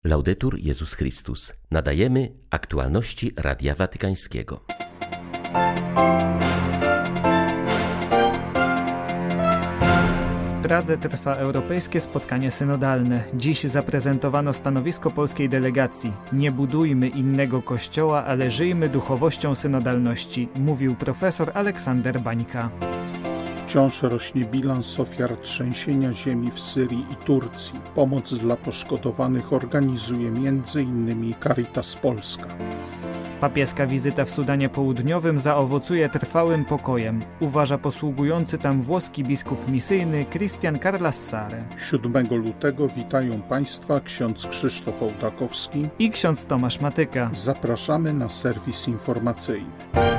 Laudetur Jezus Chrystus. Nadajemy aktualności Radia Watykańskiego. W Pradze trwa europejskie spotkanie synodalne. Dziś zaprezentowano stanowisko polskiej delegacji. Nie budujmy innego kościoła, ale żyjmy duchowością synodalności, mówił profesor Aleksander Bańka. Wciąż rośnie bilans ofiar trzęsienia ziemi w Syrii i Turcji. Pomoc dla poszkodowanych organizuje m.in. Caritas Polska. Papieska wizyta w Sudanie Południowym zaowocuje trwałym pokojem, uważa posługujący tam włoski biskup misyjny Christian Carlassare. 7 lutego witają Państwa ksiądz Krzysztof Ołtakowski i ksiądz Tomasz Matyka. Zapraszamy na serwis informacyjny.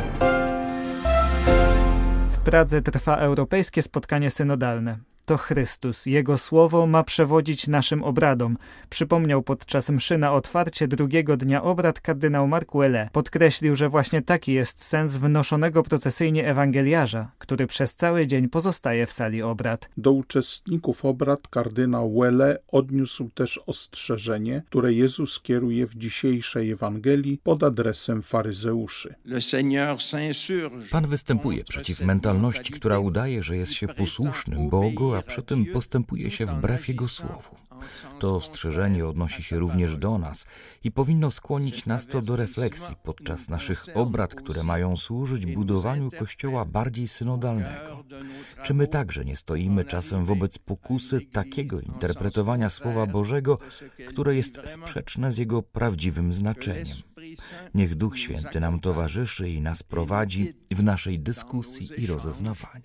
W Pradze trwa europejskie spotkanie synodalne. To Chrystus, Jego słowo ma przewodzić naszym obradom, przypomniał podczas mszy na otwarcie drugiego dnia obrad kardynał Marc Ouellet. Podkreślił, że właśnie taki jest sens wnoszonego procesyjnie ewangeliarza, który przez cały dzień pozostaje w sali obrad. Do uczestników obrad kardynał Ouellet odniósł też ostrzeżenie, które Jezus kieruje w dzisiejszej Ewangelii pod adresem faryzeuszy. Pan występuje przeciw mentalności, która udaje, że jest się posłusznym Bogu, a przy tym postępuje się wbrew Jego słowu. To ostrzeżenie odnosi się również do nas i powinno skłonić nas to do refleksji podczas naszych obrad, które mają służyć budowaniu Kościoła bardziej synodalnego. Czy my także nie stoimy czasem wobec pokusy takiego interpretowania Słowa Bożego, które jest sprzeczne z jego prawdziwym znaczeniem? Niech Duch Święty nam towarzyszy i nas prowadzi w naszej dyskusji i rozeznawaniu.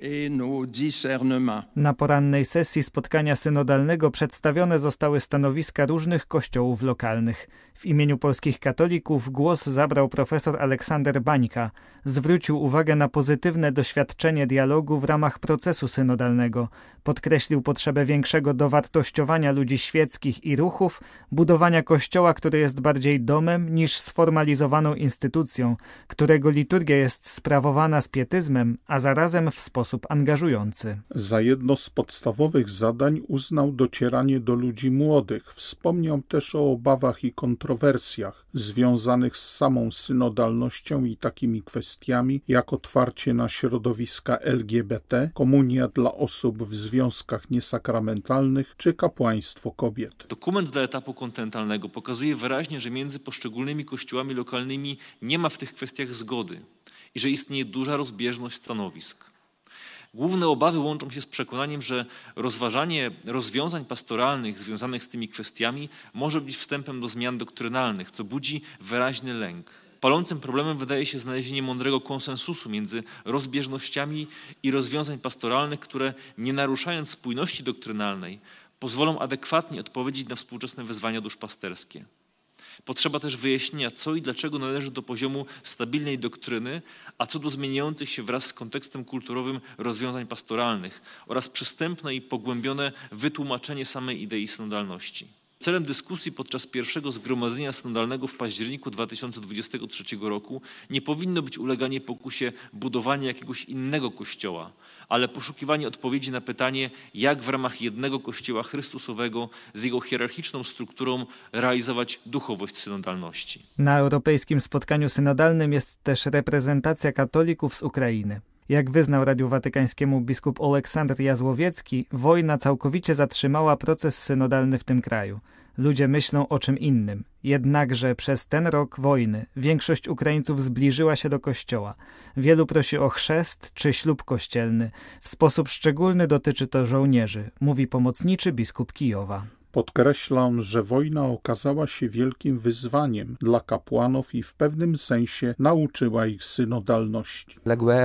Na porannej sesji spotkania synodalnego przedstawione zostały stanowiska różnych kościołów lokalnych. W imieniu polskich katolików głos zabrał profesor Aleksander Bańka. Zwrócił uwagę na pozytywne doświadczenie dialogu w ramach procesu synodalnego. Podkreślił potrzebę większego dowartościowania ludzi świeckich i ruchów, budowania kościoła, który jest bardziej domem niż sformalizowaną instytucją, którego liturgia jest sprawowana z pietyzmem, a zarazem w sposób angażujący. Za jedno z podstawowych zadań uznał docieranie do ludzi młodych. Wspomniał też o obawach i kontrowersjach związanych z samą synodalnością i takimi kwestiami jak otwarcie na środowiska LGBT, komunia dla osób w związkach niesakramentalnych czy kapłaństwo kobiet. Dokument dla etapu kontynentalnego pokazuje wyraźnie, że między poszczególnymi kościołami lokalnymi nie ma w tych kwestiach zgody i że istnieje duża rozbieżność stanowisk. Główne obawy łączą się z przekonaniem, że rozważanie rozwiązań pastoralnych związanych z tymi kwestiami może być wstępem do zmian doktrynalnych, co budzi wyraźny lęk. Palącym problemem wydaje się znalezienie mądrego konsensusu między rozbieżnościami i rozwiązań pastoralnych, które nie naruszając spójności doktrynalnej pozwolą adekwatnie odpowiedzieć na współczesne wyzwania duszpasterskie. Potrzeba też wyjaśnienia, co i dlaczego należy do poziomu stabilnej doktryny, a co do zmieniających się wraz z kontekstem kulturowym rozwiązań pastoralnych oraz przystępne i pogłębione wytłumaczenie samej idei synodalności. Celem dyskusji podczas pierwszego zgromadzenia synodalnego w październiku 2023 roku nie powinno być uleganie pokusie budowania jakiegoś innego kościoła, ale poszukiwanie odpowiedzi na pytanie, jak w ramach jednego kościoła chrystusowego z jego hierarchiczną strukturą realizować duchowość synodalności. Na europejskim spotkaniu synodalnym jest też reprezentacja katolików z Ukrainy. Jak wyznał Radiu Watykańskiemu biskup Oleksandr Jazłowiecki, wojna całkowicie zatrzymała proces synodalny w tym kraju. Ludzie myślą o czym innym. Jednakże przez ten rok wojny większość Ukraińców zbliżyła się do kościoła. Wielu prosi o chrzest czy ślub kościelny. W sposób szczególny dotyczy to żołnierzy, mówi pomocniczy biskup Kijowa. Podkreśla on, że wojna okazała się wielkim wyzwaniem dla kapłanów i w pewnym sensie nauczyła ich synodalności.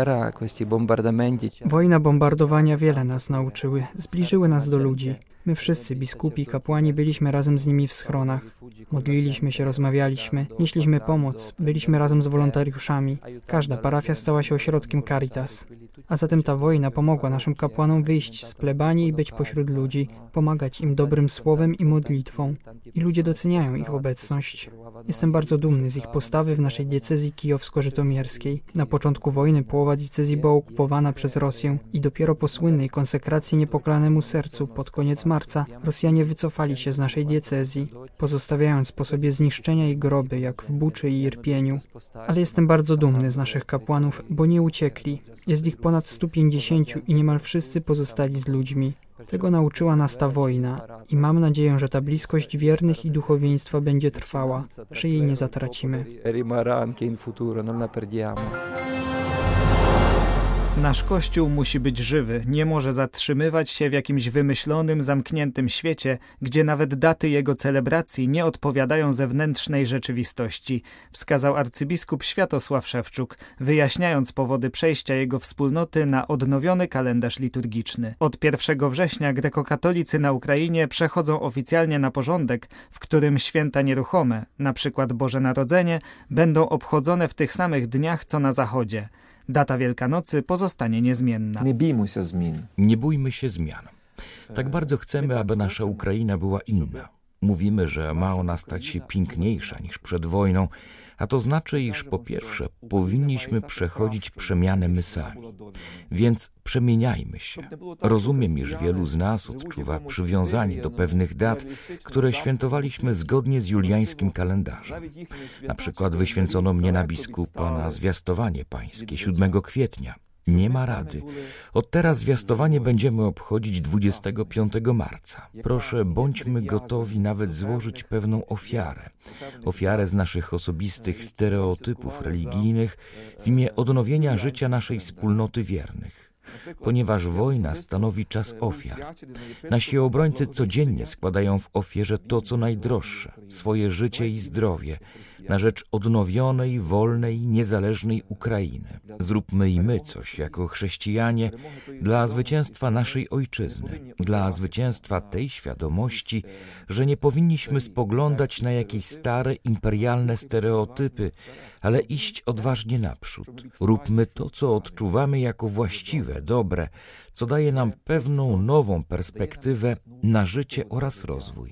Wojna, bombardowania wiele nas nauczyły, zbliżyły nas do ludzi. My wszyscy, biskupi, kapłani, byliśmy razem z nimi w schronach. Modliliśmy się, rozmawialiśmy, nieśliśmy pomoc, byliśmy razem z wolontariuszami. Każda parafia stała się ośrodkiem Caritas. A zatem ta wojna pomogła naszym kapłanom wyjść z plebanii i być pośród ludzi, pomagać im dobrym słowem i modlitwą. I ludzie doceniają ich obecność. Jestem bardzo dumny z ich postawy w naszej diecezji kijowsko-żytomierskiej. Na początku wojny połowa diecezji była okupowana przez Rosję i dopiero po słynnej konsekracji Niepoklanemu Sercu pod koniec marca marca Rosjanie wycofali się z naszej diecezji, pozostawiając po sobie zniszczenia i groby, jak w Buczy i Irpieniu. Ale jestem bardzo dumny z naszych kapłanów, bo nie uciekli. Jest ich ponad 150 i niemal wszyscy pozostali z ludźmi. Tego nauczyła nas ta wojna i mam nadzieję, że ta bliskość wiernych i duchowieństwa będzie trwała, że jej nie zatracimy. Nasz Kościół musi być żywy, nie może zatrzymywać się w jakimś wymyślonym, zamkniętym świecie, gdzie nawet daty jego celebracji nie odpowiadają zewnętrznej rzeczywistości, wskazał arcybiskup Światosław Szewczuk, wyjaśniając powody przejścia jego wspólnoty na odnowiony kalendarz liturgiczny. Od 1 września grekokatolicy na Ukrainie przechodzą oficjalnie na porządek, w którym święta nieruchome, np. Boże Narodzenie, będą obchodzone w tych samych dniach co na Zachodzie. Data Wielkanocy pozostanie niezmienna. Nie bójmy się zmian. Tak bardzo chcemy, aby nasza Ukraina była inna. Mówimy, że ma ona stać się piękniejsza niż przed wojną, a to znaczy, iż po pierwsze powinniśmy przechodzić przemianę my sami. Więc przemieniajmy się. Rozumiem, iż wielu z nas odczuwa przywiązanie do pewnych dat, które świętowaliśmy zgodnie z juliańskim kalendarzem. Na przykład wyświęcono mnie na biskupa na zwiastowanie pańskie 7 kwietnia. Nie ma rady. Od teraz zwiastowanie będziemy obchodzić 25 marca. Proszę, bądźmy gotowi nawet złożyć pewną ofiarę. Ofiarę z naszych osobistych stereotypów religijnych w imię odnowienia życia naszej wspólnoty wiernych. Ponieważ wojna stanowi czas ofiar. Nasi obrońcy codziennie składają w ofierze to, co najdroższe, swoje życie i zdrowie, na rzecz odnowionej, wolnej, niezależnej Ukrainy. Zróbmy i my coś jako chrześcijanie dla zwycięstwa naszej ojczyzny, dla zwycięstwa tej świadomości, że nie powinniśmy spoglądać na jakieś stare, imperialne stereotypy, ale iść odważnie naprzód. Róbmy to, co odczuwamy jako właściwe, dobre, co daje nam pewną nową perspektywę na życie oraz rozwój.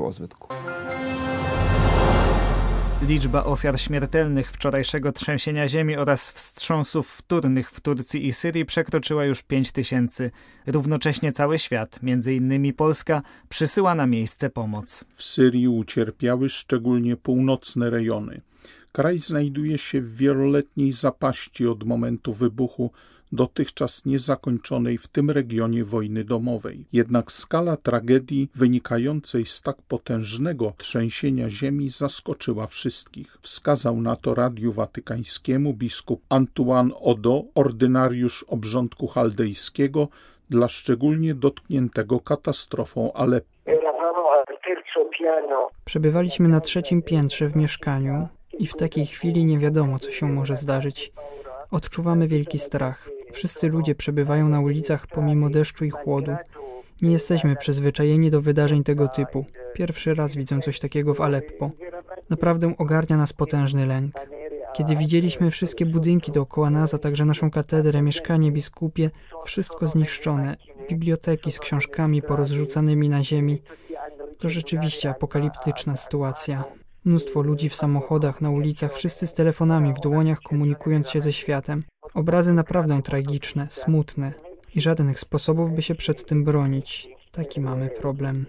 Liczba ofiar śmiertelnych wczorajszego trzęsienia ziemi oraz wstrząsów wtórnych w Turcji i Syrii przekroczyła już 5000. Równocześnie cały świat, m.in. Polska, przysyła na miejsce pomoc. W Syrii ucierpiały szczególnie północne rejony. Kraj znajduje się w wieloletniej zapaści od momentu wybuchu dotychczas niezakończonej w tym regionie wojny domowej. Jednak skala tragedii wynikającej z tak potężnego trzęsienia ziemi zaskoczyła wszystkich. Wskazał na to Radiu Watykańskiemu biskup Antoine Odo, ordynariusz obrządku chaldejskiego dla szczególnie dotkniętego katastrofą Aleppo. Przebywaliśmy na 3. piętrze w mieszkaniu i w takiej chwili nie wiadomo, co się może zdarzyć. Odczuwamy wielki strach. Wszyscy ludzie przebywają na ulicach pomimo deszczu i chłodu. Nie jesteśmy przyzwyczajeni do wydarzeń tego typu. Pierwszy raz widzę coś takiego w Aleppo. Naprawdę ogarnia nas potężny lęk. Kiedy widzieliśmy wszystkie budynki dookoła nas, a także naszą katedrę, mieszkanie biskupie, wszystko zniszczone, biblioteki z książkami porozrzucanymi na ziemi, to rzeczywiście apokaliptyczna sytuacja. Mnóstwo ludzi w samochodach, na ulicach, wszyscy z telefonami w dłoniach, komunikując się ze światem. Obrazy naprawdę tragiczne, smutne i żadnych sposobów, by się przed tym bronić. Taki mamy problem.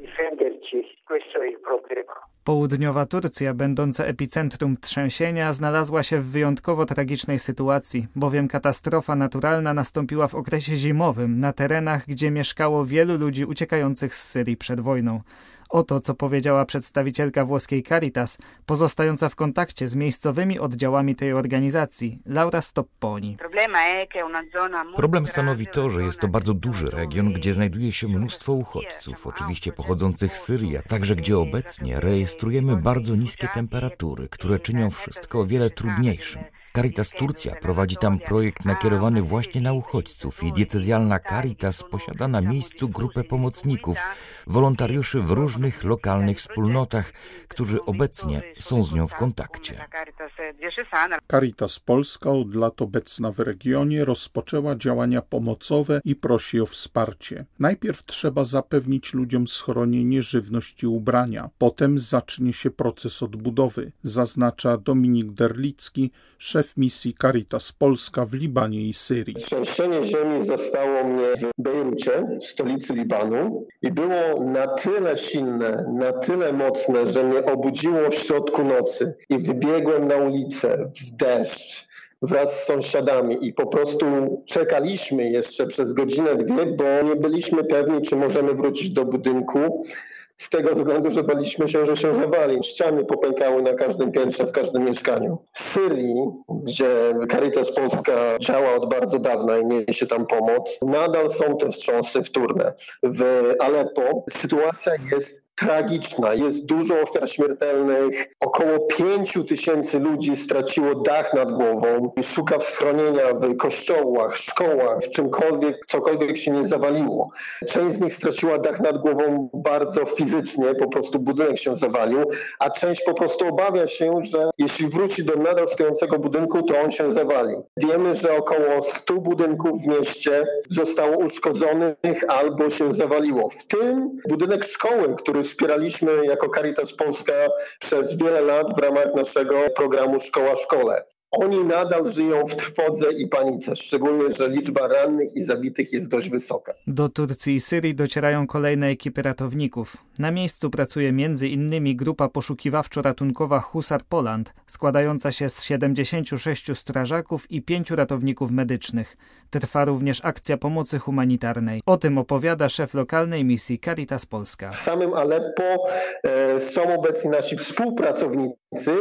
Południowa Turcja, będąca epicentrum trzęsienia, znalazła się w wyjątkowo tragicznej sytuacji, bowiem katastrofa naturalna nastąpiła w okresie zimowym na terenach, gdzie mieszkało wielu ludzi uciekających z Syrii przed wojną. Oto, co powiedziała przedstawicielka włoskiej Caritas, pozostająca w kontakcie z miejscowymi oddziałami tej organizacji, Laura Stopponi. Problem stanowi to, że jest to bardzo duży region, gdzie znajduje się mnóstwo uchodźców, oczywiście pochodzących z Syrii, a także gdzie obecnie rejestrujemy bardzo niskie temperatury, które czynią wszystko o wiele trudniejszym. Caritas Turcja prowadzi tam projekt nakierowany właśnie na uchodźców i diecezjalna Caritas posiada na miejscu grupę pomocników, wolontariuszy w różnych lokalnych wspólnotach, którzy obecnie są z nią w kontakcie. Caritas Polska, od lat obecna w regionie, rozpoczęła działania pomocowe i prosi o wsparcie. Najpierw trzeba zapewnić ludziom schronienie, żywność i ubrania. Potem zacznie się proces odbudowy, zaznacza Dominik Derlicki, szef szef misji Caritas Polska w Libanie i Syrii. Trzęsienie ziemi zastało mnie w Bejrucie, stolicy Libanu, i było na tyle silne, na tyle mocne, że mnie obudziło w środku nocy i wybiegłem na ulicę w deszcz wraz z sąsiadami i po prostu czekaliśmy jeszcze przez godzinę, dwie, bo nie byliśmy pewni, czy możemy wrócić do budynku. Z tego względu, że baliśmy się, że się zawali. Ściany popękały na każdym piętrze, w każdym mieszkaniu. W Syrii, gdzie Caritas Polska działa od bardzo dawna i niesie tam pomoc, nadal są te wstrząsy wtórne. W Aleppo sytuacja jest tragiczna. Jest dużo ofiar śmiertelnych. Około 5 000 ludzi straciło dach nad głową i szuka schronienia w kościołach, szkołach, w czymkolwiek, cokolwiek się nie zawaliło. Część z nich straciła dach nad głową bardzo fizycznie, po prostu budynek się zawalił, a część po prostu obawia się, że jeśli wróci do nadal stojącego budynku, to on się zawali. Wiemy, że około 100 budynków w mieście zostało uszkodzonych albo się zawaliło. W tym budynek szkoły, który wspieraliśmy jako Caritas Polska przez wiele lat w ramach naszego programu Szkoła Szkole. Oni nadal żyją w trwodze i panice, szczególnie, że liczba rannych i zabitych jest dość wysoka. Do Turcji i Syrii docierają kolejne ekipy ratowników. Na miejscu pracuje m.in. grupa poszukiwawczo-ratunkowa Husar Poland, składająca się z 76 strażaków i 5 ratowników medycznych. Trwa również akcja pomocy humanitarnej. O tym opowiada szef lokalnej misji Caritas Polska. W samym Aleppo są obecni nasi współpracownicy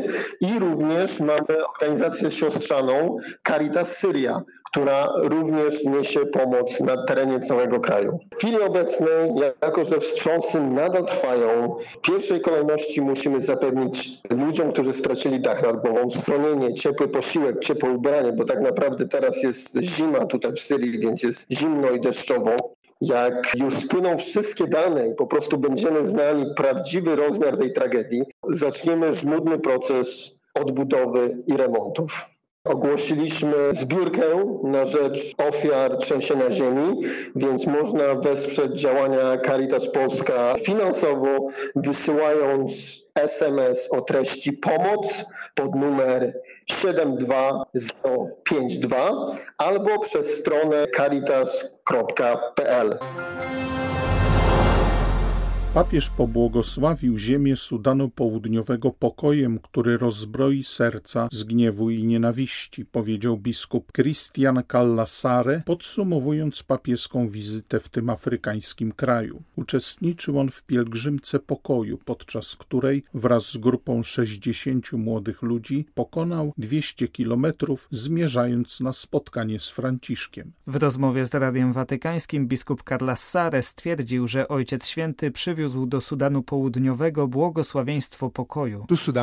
i również mamy organizację siostrzaną Caritas Syria, która również niesie pomoc na terenie całego kraju. W chwili obecnej, jako że wstrząsy nadal trwają, w pierwszej kolejności musimy zapewnić ludziom, którzy stracili dach nad głową, schronienie, ciepły posiłek, ciepłe ubranie, bo tak naprawdę teraz jest zima tutaj w Syrii, więc jest zimno i deszczowo. Jak już spłyną wszystkie dane i po prostu będziemy znali prawdziwy rozmiar tej tragedii, zaczniemy żmudny proces odbudowy i remontów. Ogłosiliśmy zbiórkę na rzecz ofiar trzęsienia ziemi, więc można wesprzeć działania Caritas Polska finansowo, wysyłając SMS o treści pomoc pod numer 72052 albo przez stronę caritas.pl. Papież pobłogosławił ziemię Sudanu Południowego pokojem, który rozbroi serca z gniewu i nienawiści, powiedział biskup Christian Callasare, podsumowując papieską wizytę w tym afrykańskim kraju. Uczestniczył on w pielgrzymce pokoju, podczas której wraz z grupą 60 młodych ludzi pokonał 200 kilometrów, zmierzając na spotkanie z Franciszkiem. W rozmowie z Radiem Watykańskim biskup Callasare stwierdził, że Ojciec Święty przywiózł do Sudanu Południowego błogosławieństwo pokoju.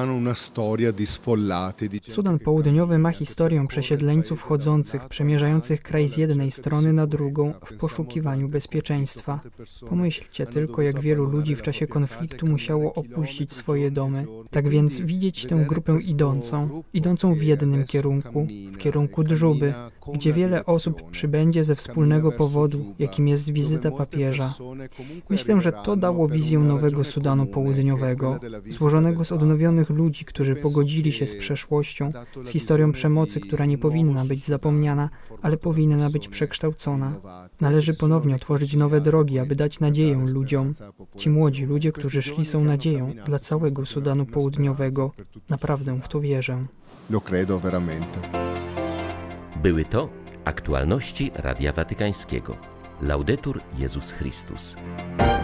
Sudan Południowy ma historię przesiedleńców chodzących, przemierzających kraj z jednej strony na drugą w poszukiwaniu bezpieczeństwa. Pomyślcie tylko, jak wielu ludzi w czasie konfliktu musiało opuścić swoje domy. Tak więc widzieć tę grupę idącą w jednym kierunku, w kierunku Dżuby, gdzie wiele osób przybędzie ze wspólnego powodu, jakim jest wizyta papieża. Myślę, że to dało wizję nowego Sudanu Południowego, złożonego z odnowionych ludzi, którzy pogodzili się z przeszłością, z historią przemocy, która nie powinna być zapomniana, ale powinna być przekształcona. Należy ponownie otworzyć nowe drogi, aby dać nadzieję ludziom. Ci młodzi ludzie, którzy szli, są nadzieją dla całego Sudanu Południowego. Naprawdę w to wierzę. Były to aktualności Radia Watykańskiego. Laudetur Jezus Chrystus.